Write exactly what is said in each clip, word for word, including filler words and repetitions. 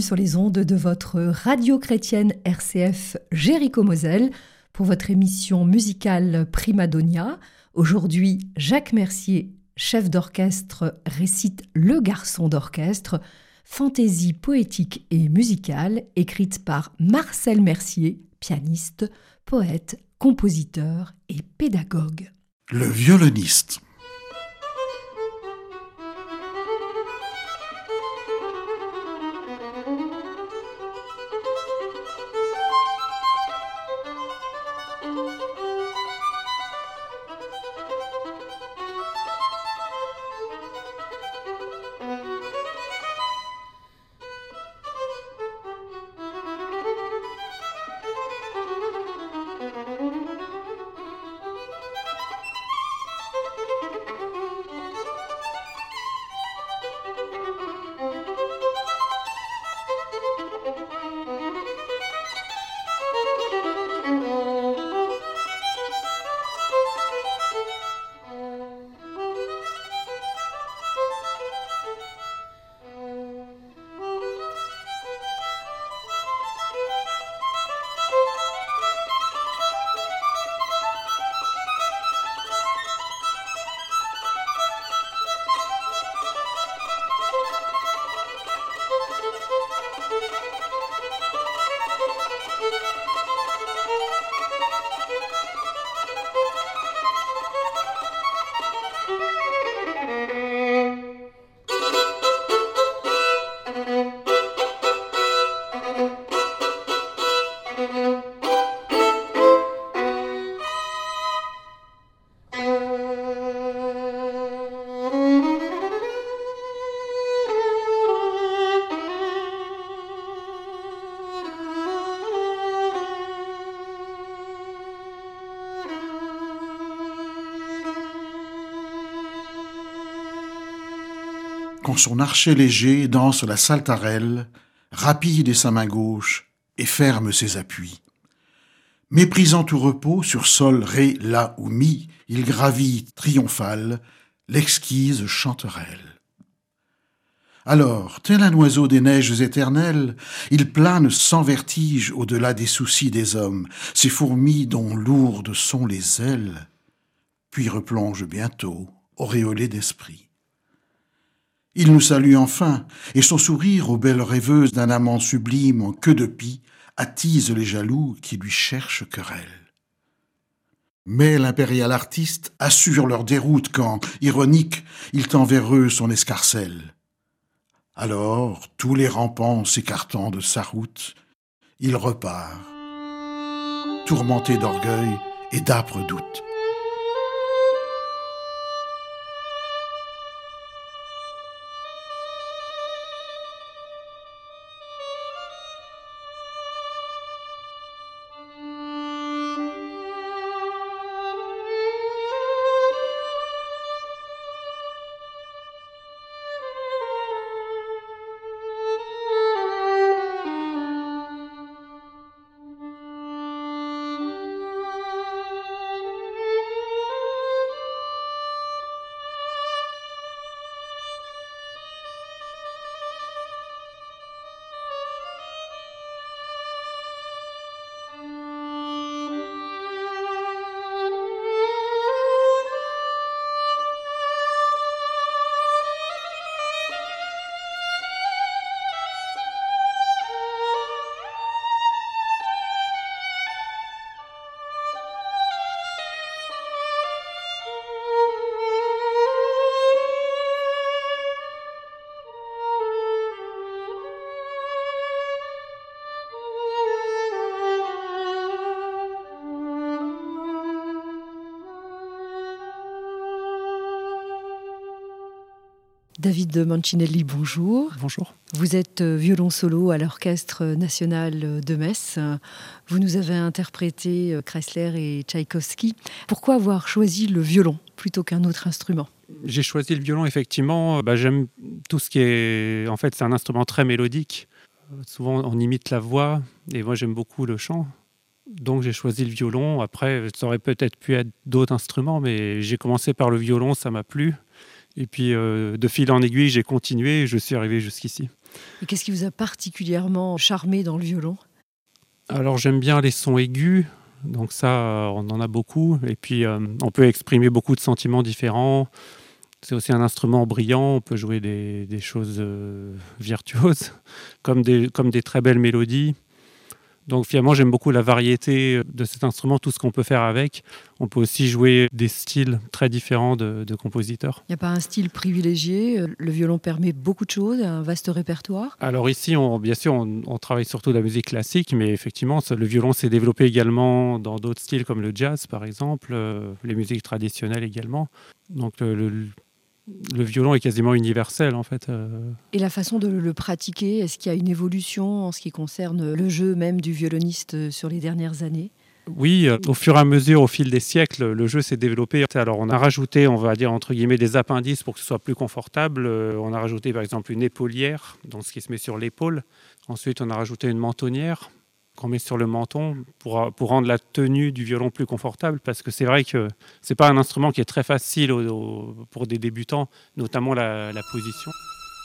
sur les ondes de votre radio chrétienne R C F Jéricho-Moselle pour votre émission musicale Primadonia. Aujourd'hui, Jacques Mercier, chef d'orchestre, récite Le Garçon d'orchestre, fantaisie poétique et musicale écrite par Marcel Mercier, pianiste, poète, compositeur et pédagogue. Le violoniste. Quand son archet léger danse la saltarelle, rapide est sa main gauche et ferme ses appuis. Méprisant tout repos, sur sol, ré, la ou mi, il gravit triomphal l'exquise chanterelle. Alors, tel un oiseau des neiges éternelles, il plane sans vertige au-delà des soucis des hommes, ces fourmis dont lourdes sont les ailes, puis replonge bientôt, auréolé d'esprit. Il nous salue enfin, et son sourire aux belles rêveuses d'un amant sublime en queue de pie attise les jaloux qui lui cherchent querelle. Mais l'impérial artiste assure leur déroute quand, ironique, il tend vers eux son escarcelle. Alors, tous les rampants s'écartant de sa route, il repart, tourmenté d'orgueil et d'âpres doutes. David Mancinelli, bonjour. Bonjour. Vous êtes violon solo à l'Orchestre national de Metz. Vous nous avez interprété Kreisler et Tchaïkovski. Pourquoi avoir choisi le violon plutôt qu'un autre instrument ? J'ai choisi le violon, effectivement. Bah, j'aime tout ce qui est... En fait, c'est un instrument très mélodique. Souvent, on imite la voix, et moi, j'aime beaucoup le chant. Donc, j'ai choisi le violon. Après, ça aurait peut-être pu être d'autres instruments, mais j'ai commencé par le violon, ça m'a plu. Et puis, euh, de fil en aiguille, j'ai continué et je suis arrivé jusqu'ici. Et qu'est-ce qui vous a particulièrement charmé dans le violon ? Alors, j'aime bien les sons aigus. Donc ça, on en a beaucoup. Et puis, euh, on peut exprimer beaucoup de sentiments différents. C'est aussi un instrument brillant. On peut jouer des, des choses euh, virtuoses, comme des, comme des très belles mélodies. Donc finalement, j'aime beaucoup la variété de cet instrument, tout ce qu'on peut faire avec. On peut aussi jouer des styles très différents de, de compositeurs. Il n'y a pas un style privilégié. Le violon permet beaucoup de choses, un vaste répertoire. Alors ici, on, bien sûr, on, on travaille surtout de la musique classique, mais effectivement, ça, le violon s'est développé également dans d'autres styles comme le jazz, par exemple, euh, les musiques traditionnelles également. Donc le, le Le violon est quasiment universel, en fait. Et la façon de le pratiquer, est-ce qu'il y a une évolution en ce qui concerne le jeu même du violoniste sur les dernières années ? Oui, au fur et à mesure, au fil des siècles, le jeu s'est développé. Alors, on a rajouté, on va dire, entre guillemets, des appendices pour que ce soit plus confortable. On a rajouté, par exemple, une épaulière, donc ce qui se met sur l'épaule. Ensuite, on a rajouté une mentonnière qu'on met sur le menton pour, pour rendre la tenue du violon plus confortable, parce que c'est vrai que c'est pas un instrument qui est très facile au, au, pour des débutants, notamment la, la position.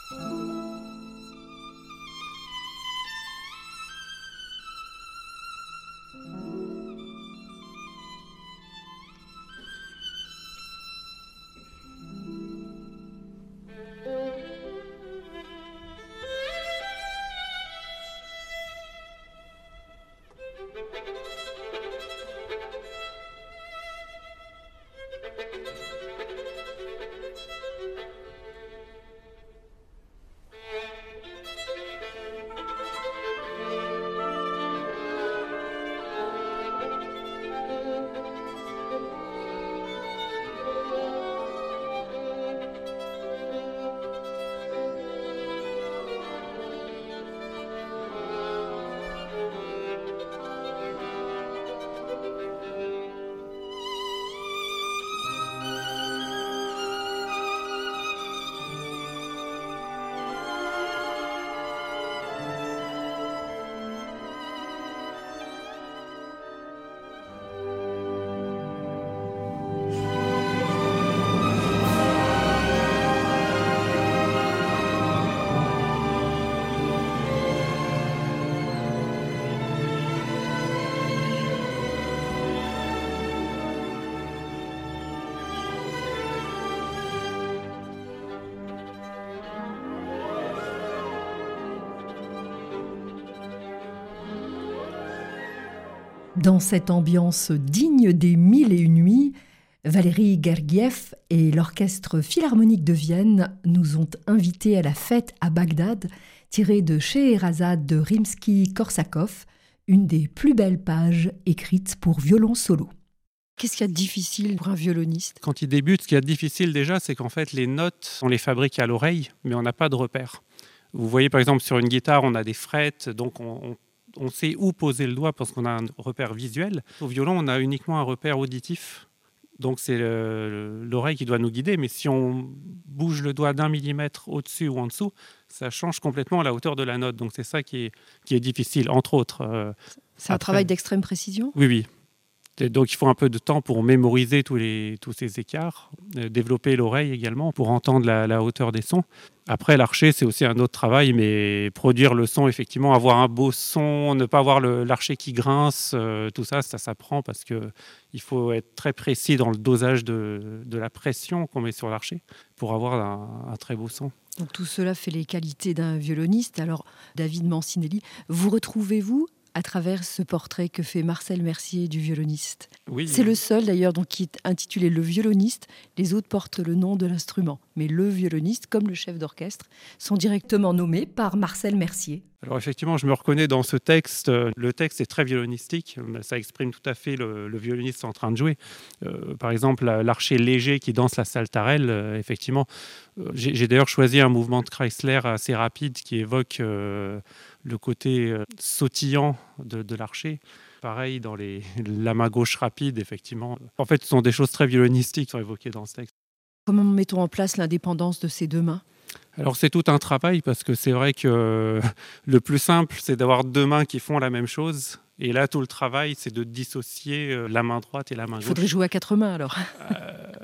Dans cette ambiance digne des Mille et une nuits, Valéry Gergiev et l'Orchestre Philharmonique de Vienne nous ont invités à la fête à Bagdad, tirée de Scheherazade de Rimsky-Korsakov, une des plus belles pages écrites pour violon solo. Qu'est-ce qu'il y a de difficile pour un violoniste ? Quand il débute, ce qu'il y a de difficile déjà, c'est qu'en fait, les notes, on les fabrique à l'oreille, mais on n'a pas de repère. Vous voyez, par exemple, sur une guitare, on a des frettes, donc on, on On sait où poser le doigt parce qu'on a un repère visuel. Au violon, on a uniquement un repère auditif. Donc, c'est le, l'oreille qui doit nous guider. Mais si on bouge le doigt d'un millimètre au-dessus ou en dessous, ça change complètement la hauteur de la note. Donc, c'est ça qui est, qui est difficile, entre autres. C'est un Après, travail d'extrême précision ? Oui, oui. Et donc, il faut un peu de temps pour mémoriser tous, les, tous ces écarts, euh, développer l'oreille également pour entendre la, la hauteur des sons. Après, l'archer, c'est aussi un autre travail, mais produire le son, effectivement, avoir un beau son, ne pas avoir le, l'archer qui grince, euh, tout ça, ça s'apprend parce qu'il faut être très précis dans le dosage de, de la pression qu'on met sur l'archer pour avoir un, un très beau son. Donc tout cela fait les qualités d'un violoniste. Alors, David Mancinelli, vous retrouvez-vous à travers ce portrait que fait Marcel Mercier du violoniste. Oui. C'est le seul d'ailleurs donc, qui est intitulé Le violoniste. Les autres portent le nom de l'instrument. Mais le violoniste, comme le chef d'orchestre, sont directement nommés par Marcel Mercier. Alors effectivement, je me reconnais dans ce texte. Le texte est très violonistique. Ça exprime tout à fait le, le violoniste en train de jouer. Euh, par exemple, l'archer léger qui danse la saltarelle, euh, effectivement. Euh, j'ai, j'ai d'ailleurs choisi un mouvement de Kreisler assez rapide qui évoque euh, le côté euh, sautillant de, de l'archer. Pareil, dans les, la main gauche rapide, effectivement. En fait, ce sont des choses très violonistiques qui sont évoquées dans ce texte. Comment mettons en place l'indépendance de ces deux mains ? Alors c'est tout un travail parce que c'est vrai que le plus simple, c'est d'avoir deux mains qui font la même chose. Et là, tout le travail, c'est de dissocier la main droite et la main gauche. Il faudrait jouer à quatre mains alors. euh,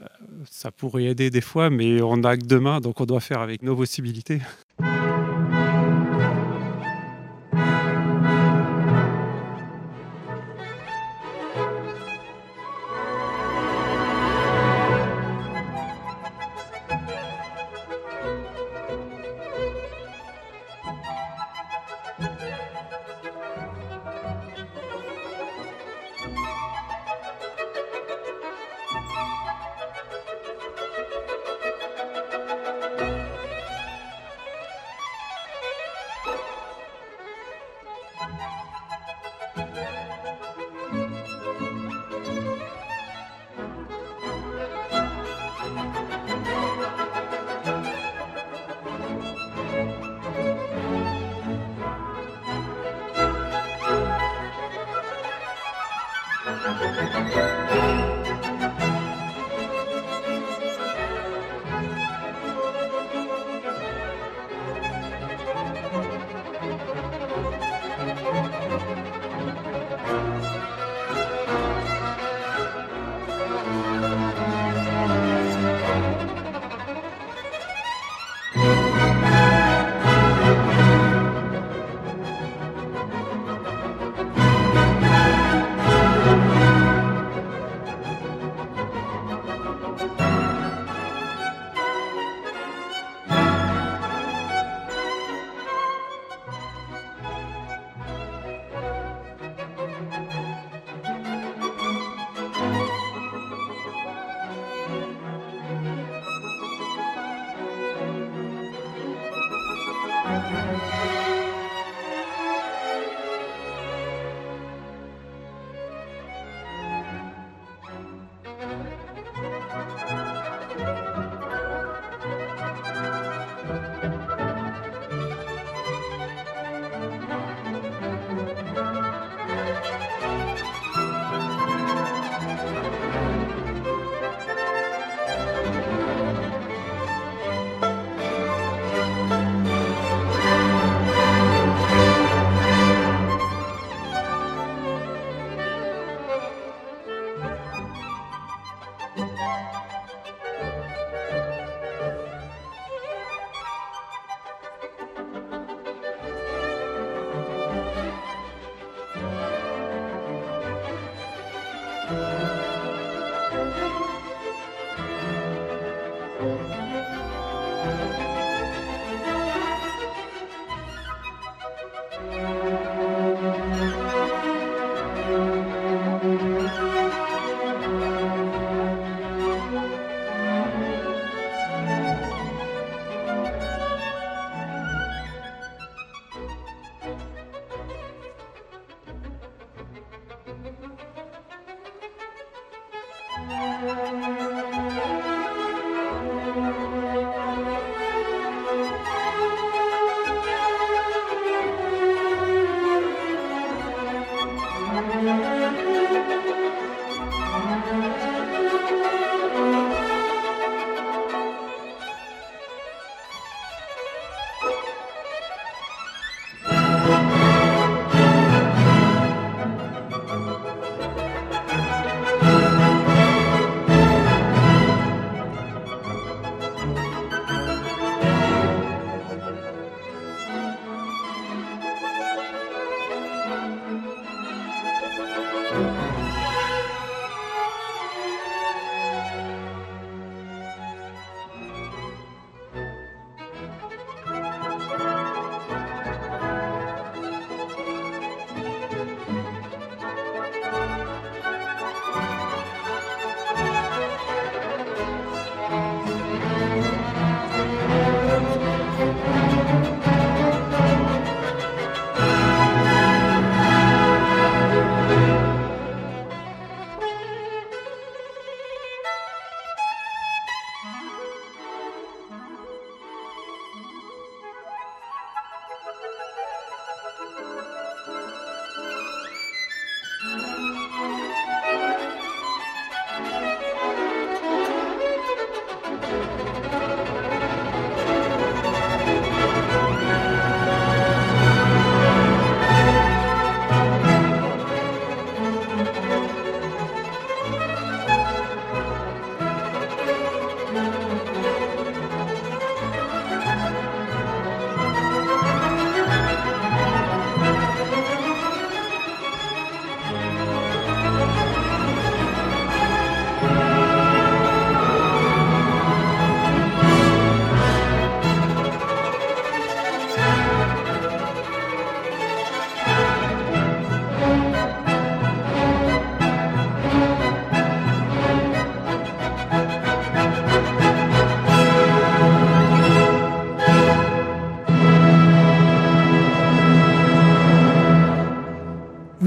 ça pourrait aider des fois, mais on n'a que deux mains, donc on doit faire avec nos possibilités.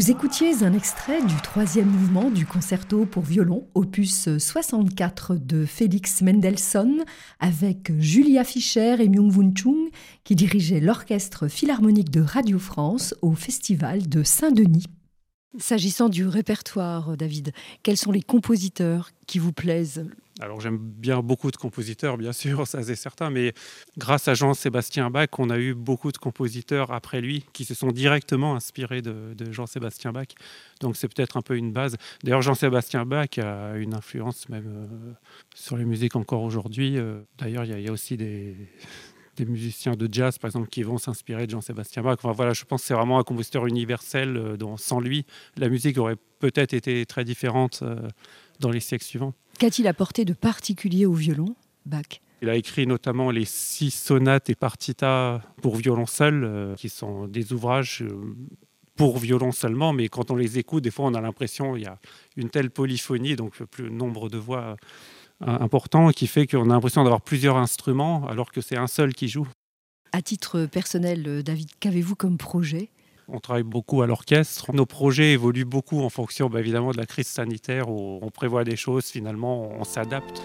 Vous écoutiez un extrait du troisième mouvement du concerto pour violon, opus soixante-quatre de Félix Mendelssohn, avec Julia Fischer et Myung-Whun Chung, qui dirigeaient l'Orchestre Philharmonique de Radio France au Festival de Saint-Denis. S'agissant du répertoire, David, quels sont les compositeurs qui vous plaisent ? Alors j'aime bien beaucoup de compositeurs, bien sûr, ça c'est certain, mais grâce à Jean-Sébastien Bach, on a eu beaucoup de compositeurs après lui qui se sont directement inspirés de, de Jean-Sébastien Bach. Donc c'est peut-être un peu une base. D'ailleurs, Jean-Sébastien Bach a une influence même euh, sur les musiques encore aujourd'hui. Euh, d'ailleurs, il y, y a aussi des... des musiciens de jazz, par exemple, qui vont s'inspirer de Jean-Sébastien Bach. Enfin, voilà, je pense que c'est vraiment un compositeur universel euh, dont, sans lui, la musique aurait peut-être été très différente euh, dans les siècles suivants. Qu'a-t-il apporté de particulier au violon, Bach ? Il a écrit notamment les six sonates et partitas pour violon seul, euh, qui sont des ouvrages euh, pour violon seulement, mais quand on les écoute, des fois, on a l'impression qu'il y a une telle polyphonie, donc plus nombre de voix important, qui fait qu'on a l'impression d'avoir plusieurs instruments alors que c'est un seul qui joue. À titre personnel, David, qu'avez-vous comme projet ? On travaille beaucoup à l'orchestre. Nos projets évoluent beaucoup en fonction bah, évidemment de la crise sanitaire où on prévoit des choses, finalement on s'adapte.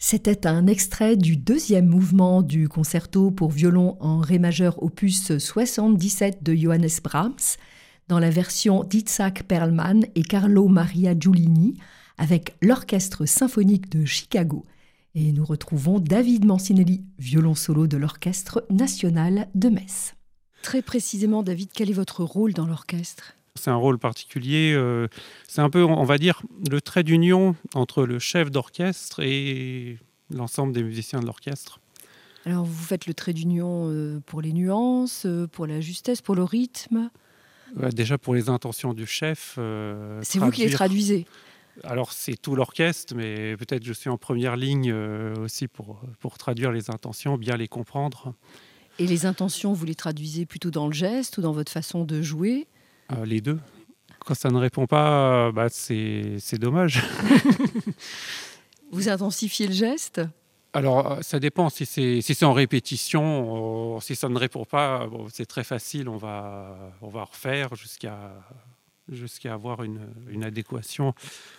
C'était un extrait du deuxième mouvement du concerto pour violon en ré majeur opus soixante-dix-sept de Johannes Brahms, dans la version d'Itzhak Perlman et Carlo Maria Giulini, avec l'Orchestre symphonique de Chicago. Et nous retrouvons David Mancinelli, violon solo de l'Orchestre national de Metz. Très précisément, David, quel est votre rôle dans l'orchestre ? C'est un rôle particulier, euh, c'est un peu, on va dire, le trait d'union entre le chef d'orchestre et l'ensemble des musiciens de l'orchestre. Alors vous faites le trait d'union pour les nuances, pour la justesse, pour le rythme ? Ouais, déjà pour les intentions du chef. Euh, c'est traduire... vous qui les traduisez ? Alors c'est tout l'orchestre, mais peut-être je suis en première ligne euh, aussi pour, pour traduire les intentions, bien les comprendre. Et les intentions, vous les traduisez plutôt dans le geste ou dans votre façon de jouer ? Euh, les deux. Quand ça ne répond pas, bah, c'est, c'est dommage. Vous intensifiez le geste ? Alors, ça dépend. Si c'est, si c'est en répétition, euh, si ça ne répond pas, bon, c'est très facile. On va, on va refaire jusqu'à, jusqu'à avoir une, une adéquation.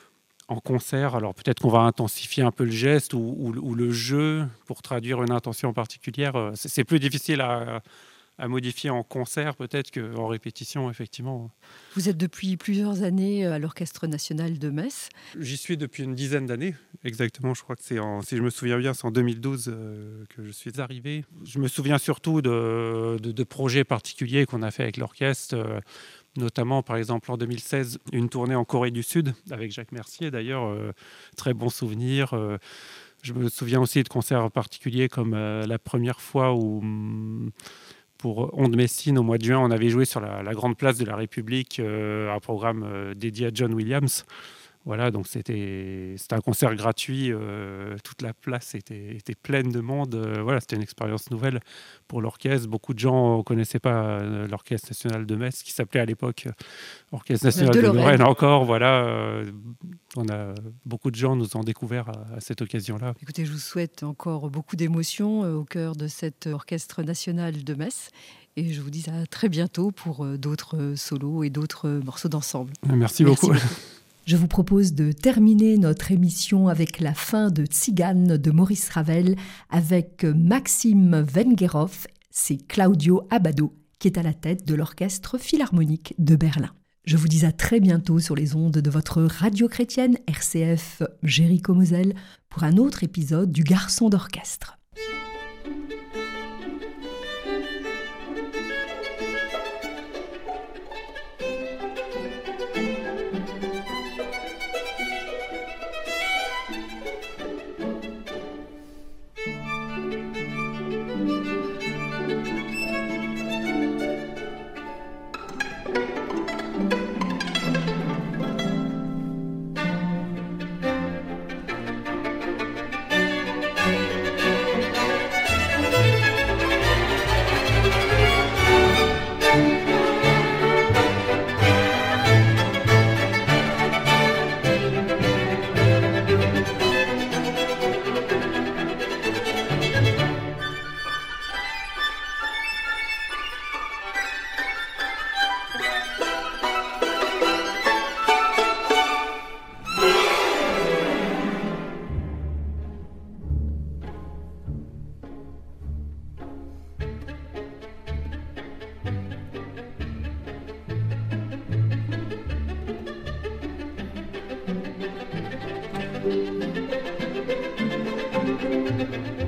En concert, alors peut-être qu'on va intensifier un peu le geste ou, ou, ou le jeu pour traduire une intention particulière. C'est, c'est plus difficile à... à modifier en concert peut-être qu'en répétition, effectivement. Vous êtes depuis plusieurs années à l'Orchestre national de Metz. J'y suis depuis une dizaine d'années, exactement. Je crois que c'est, en, si je me souviens bien, c'est en deux mille douze euh, que je suis arrivé. Je me souviens surtout de, de, de projets particuliers qu'on a fait avec l'orchestre, euh, notamment, par exemple, en deux mille seize, une tournée en Corée du Sud, avec Jacques Mercier, d'ailleurs. Euh, très bon souvenir. Euh, je me souviens aussi de concerts particuliers, comme euh, la première fois où... Hum, pour Ondes Messine, au mois de juin, on avait joué sur la, la grande place de la République, euh, un programme euh, dédié à John Williams. Voilà, donc c'était, c'était un concert gratuit. Euh, toute la place était, était pleine de monde. Euh, voilà, c'était une expérience nouvelle pour l'orchestre. Beaucoup de gens ne connaissaient pas euh, l'Orchestre national de Metz, qui s'appelait à l'époque euh, Orchestre national de, de Lorraine. Lorraine encore. Voilà, euh, on a, beaucoup de gens nous ont découvert à, à cette occasion-là. Écoutez, je vous souhaite encore beaucoup d'émotions euh, au cœur de cet Orchestre national de Metz. Et je vous dis à très bientôt pour euh, d'autres solos et d'autres morceaux d'ensemble. Merci, Merci beaucoup. beaucoup. Je vous propose de terminer notre émission avec la fin de Tzigane de Maurice Ravel avec Maxime Vengerov. C'est Claudio Abbado qui est à la tête de l'Orchestre philharmonique de Berlin. Je vous dis à très bientôt sur les ondes de votre radio chrétienne R C F Jéricho-Moselle pour un autre épisode du Garçon d'orchestre. Thank you.